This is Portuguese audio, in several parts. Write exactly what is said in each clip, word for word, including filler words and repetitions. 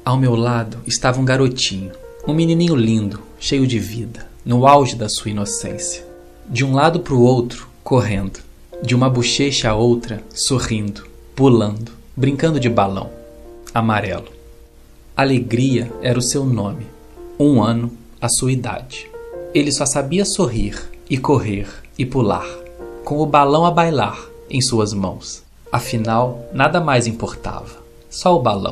Ao meu lado estava um garotinho, um menininho lindo, cheio de vida, no auge da sua inocência. De um lado para o outro, correndo. De uma bochecha a outra, sorrindo, pulando, brincando de balão. Amarelo. Alegria era o seu nome. Um ano, a sua idade. Ele só sabia sorrir e correr e pular, com o balão a bailar em suas mãos. Afinal, nada mais importava, só o balão.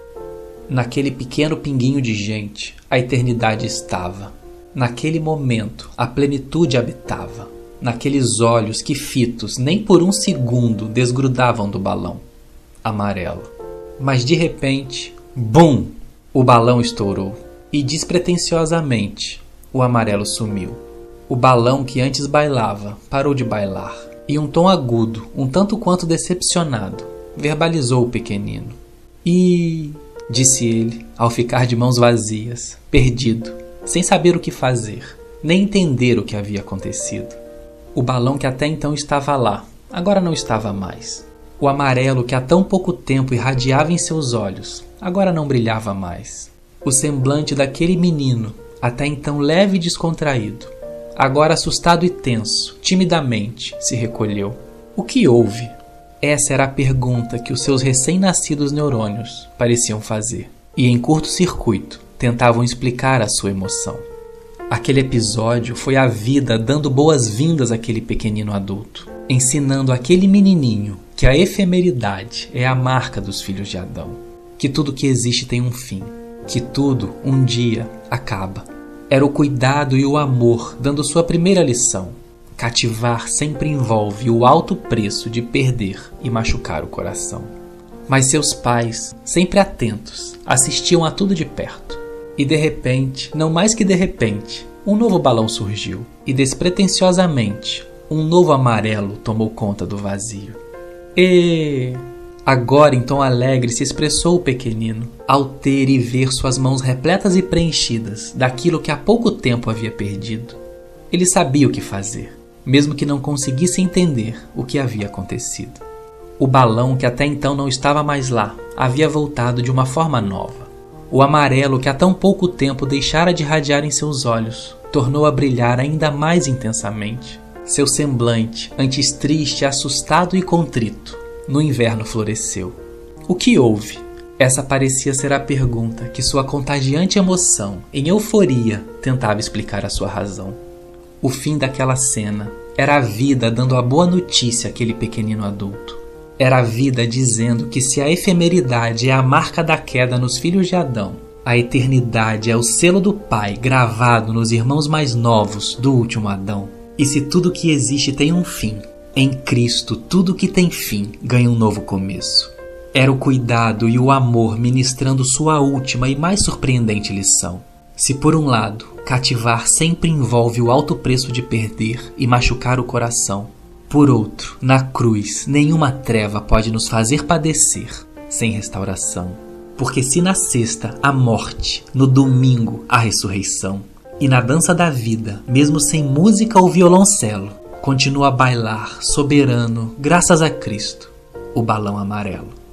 Naquele pequeno pinguinho de gente, a eternidade estava. Naquele momento, a plenitude habitava. Naqueles olhos que fitos nem por um segundo desgrudavam do balão. Amarelo. Mas de repente, bum! O balão estourou. E despretensiosamente, o amarelo sumiu. O balão que antes bailava parou de bailar. E um tom agudo, um tanto quanto decepcionado, verbalizou o pequenino. E... disse ele, ao ficar de mãos vazias, perdido, sem saber o que fazer, nem entender o que havia acontecido. O balão que até então estava lá, agora não estava mais. O amarelo que há tão pouco tempo irradiava em seus olhos, agora não brilhava mais. O semblante daquele menino, até então leve e descontraído, agora assustado e tenso, timidamente, se recolheu. O que houve? Essa era a pergunta que os seus recém-nascidos neurônios pareciam fazer, e em curto-circuito tentavam explicar a sua emoção. Aquele episódio foi a vida dando boas-vindas àquele pequenino adulto, ensinando aquele menininho que a efemeridade é a marca dos filhos de Adão, que tudo que existe tem um fim, que tudo, um dia, acaba. Era o cuidado e o amor dando sua primeira lição. Cativar sempre envolve o alto preço de perder e machucar o coração. Mas seus pais, sempre atentos, assistiam a tudo de perto. E de repente, não mais que de repente, um novo balão surgiu. E despretensiosamente, um novo amarelo tomou conta do vazio. E... agora em tom alegre se expressou o pequenino, ao ter e ver suas mãos repletas e preenchidas daquilo que há pouco tempo havia perdido. Ele sabia o que fazer, mesmo que não conseguisse entender o que havia acontecido. O balão que até então não estava mais lá havia voltado de uma forma nova. O amarelo que há tão pouco tempo deixara de irradiar em seus olhos tornou a brilhar ainda mais intensamente. Seu semblante, antes triste, assustado e contrito, no inverno floresceu. O que houve? Essa parecia ser a pergunta que sua contagiante emoção, em euforia, tentava explicar a sua razão. O fim daquela cena era a vida dando a boa notícia àquele pequenino adulto. Era a vida dizendo que se a efemeridade é a marca da queda nos filhos de Adão, a eternidade é o selo do Pai gravado nos irmãos mais novos do último Adão. E se tudo que existe tem um fim, em Cristo tudo que tem fim ganha um novo começo. Era o cuidado e o amor ministrando sua última e mais surpreendente lição. Se por um lado, cativar sempre envolve o alto preço de perder e machucar o coração, por outro, na cruz, nenhuma treva pode nos fazer padecer sem restauração. Porque se na sexta a morte, no domingo a ressurreição, e na dança da vida, mesmo sem música ou violoncelo, continua a bailar, soberano, graças a Cristo, o balão amarelo.